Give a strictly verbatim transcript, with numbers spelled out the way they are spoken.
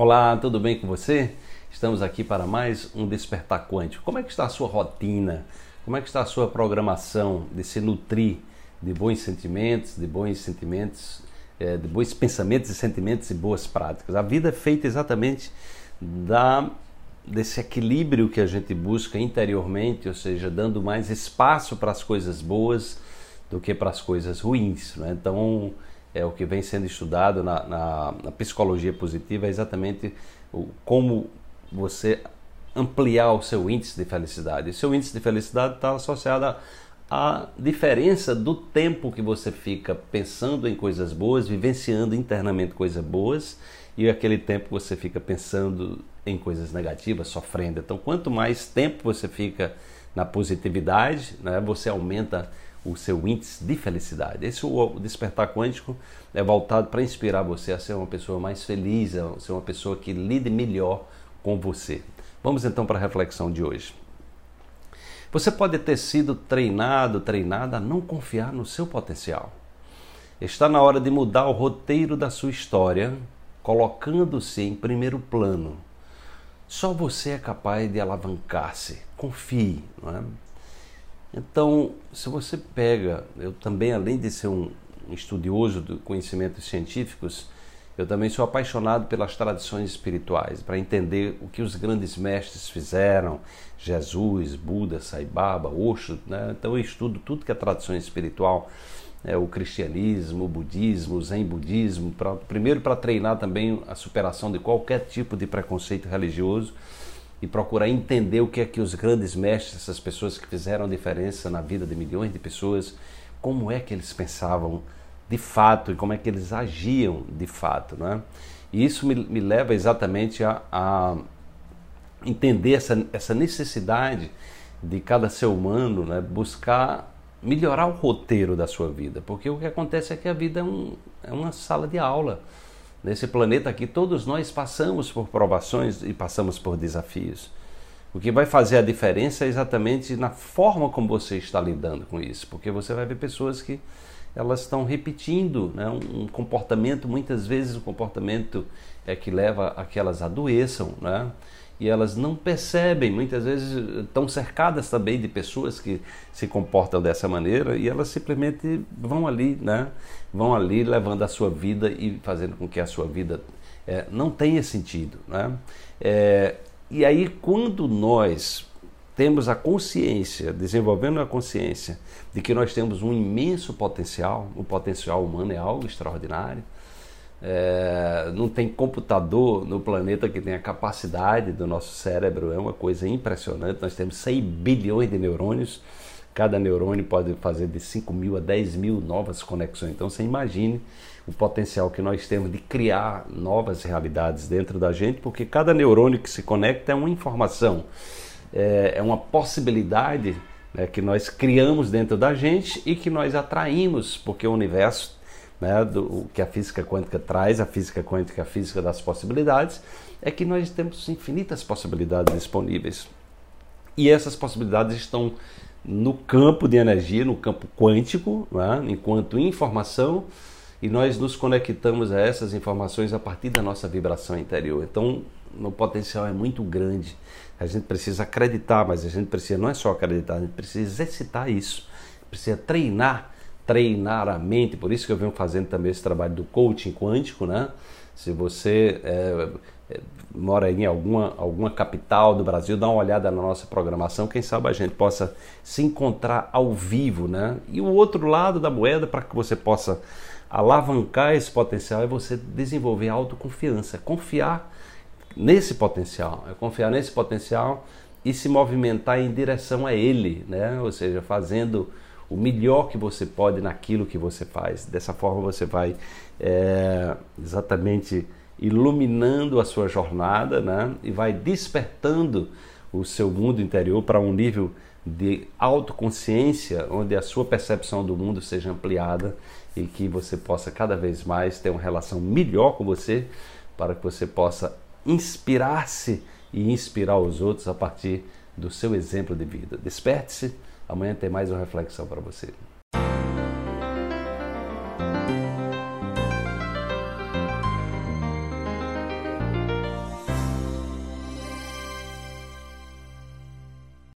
Olá, tudo bem com você? Estamos aqui para mais um Despertar Quântico. Como é que está a sua rotina? Como é que está a sua programação de se nutrir de bons sentimentos, de bons sentimentos, de bons pensamentos e sentimentos e boas práticas? A vida é feita exatamente da, desse equilíbrio que a gente busca interiormente, ou seja, dando mais espaço para as coisas boas do que para as coisas ruins, né? Então, é o que vem sendo estudado na, na, na psicologia positiva, é exatamente o, como você ampliar o seu índice de felicidade. O seu índice de felicidade está associado à, à diferença do tempo que você fica pensando em coisas boas, vivenciando internamente coisas boas, e aquele tempo que você fica pensando em coisas negativas, sofrendo. Então, quanto mais tempo você fica na positividade, né, você aumenta o seu índice de felicidade. Esse o Despertar Quântico é voltado para inspirar você a ser uma pessoa mais feliz, a ser uma pessoa que lide melhor com você. Vamos então para a reflexão de hoje. Você pode ter sido treinado, treinada a não confiar no seu potencial. Está na hora de mudar o roteiro da sua história, colocando-se em primeiro plano. Só você é capaz de alavancar-se. Confie, não é? Então, se você pega, eu também, além de ser um estudioso de conhecimentos científicos, eu também sou apaixonado pelas tradições espirituais, para entender o que os grandes mestres fizeram, Jesus, Buda, Sai Baba, Osho, né? Então eu estudo tudo que é tradição espiritual, é, o cristianismo, o budismo, o zen budismo, pra, primeiro para treinar também a superação de qualquer tipo de preconceito religioso, e procurar entender o que é que os grandes mestres, essas pessoas que fizeram diferença na vida de milhões de pessoas, como é que eles pensavam de fato e como é que eles agiam de fato, né? E isso me, me leva exatamente a, a entender essa, essa necessidade de cada ser humano, né, buscar melhorar o roteiro da sua vida, porque o que acontece é que a vida é, um, é uma sala de aula. Nesse planeta aqui, todos nós passamos por provações e passamos por desafios. O que vai fazer a diferença é exatamente na forma como você está lidando com isso, porque você vai ver pessoas que elas estão repetindo, né, um comportamento, muitas vezes um comportamento é que leva a que elas adoeçam, né? E elas não percebem, muitas vezes estão cercadas também de pessoas que se comportam dessa maneira e elas simplesmente vão ali, né? Vão ali levando a sua vida e fazendo com que a sua vida é, não tenha sentido, né? É, e aí quando nós temos a consciência, desenvolvendo a consciência de que nós temos um imenso potencial, o potencial humano é algo extraordinário, É, não tem computador no planeta que tenha a capacidade do nosso cérebro, é uma coisa impressionante. Nós temos cem bilhões de neurônios, cada neurônio pode fazer de cinco mil a dez mil novas conexões. Então você imagine o potencial que nós temos de criar novas realidades dentro da gente, porque cada neurônio que se conecta é uma informação, é, é uma possibilidade, né, que nós criamos dentro da gente e que nós atraímos, porque o universo, né, do, o que a física quântica traz, a física quântica, a física das possibilidades, é que nós temos infinitas possibilidades disponíveis. E essas possibilidades estão no campo de energia, no campo quântico, né, enquanto informação, e nós nos conectamos a essas informações a partir da nossa vibração interior. Então, o potencial é muito grande. A gente precisa acreditar, mas a gente precisa, não é só acreditar, a gente precisa exercitar isso, precisa treinar, treinar a mente. Por isso que eu venho fazendo também esse trabalho do coaching quântico, né? Se você é, é, mora em alguma, alguma capital do Brasil, dá uma olhada na nossa programação, quem sabe a gente possa se encontrar ao vivo, né? E o outro lado da moeda, para que você possa alavancar esse potencial, é você desenvolver autoconfiança, confiar nesse potencial, é confiar nesse potencial e se movimentar em direção a ele, né? Ou seja, fazendo o melhor que você pode naquilo que você faz. Dessa forma você vai é, exatamente iluminando a sua jornada, né? E vai despertando o seu mundo interior para um nível de autoconsciência, onde a sua percepção do mundo seja ampliada e que você possa cada vez mais ter uma relação melhor com você, para que você possa inspirar-se e inspirar os outros a partir do seu exemplo de vida. Desperte-se. Amanhã tem mais uma reflexão para você.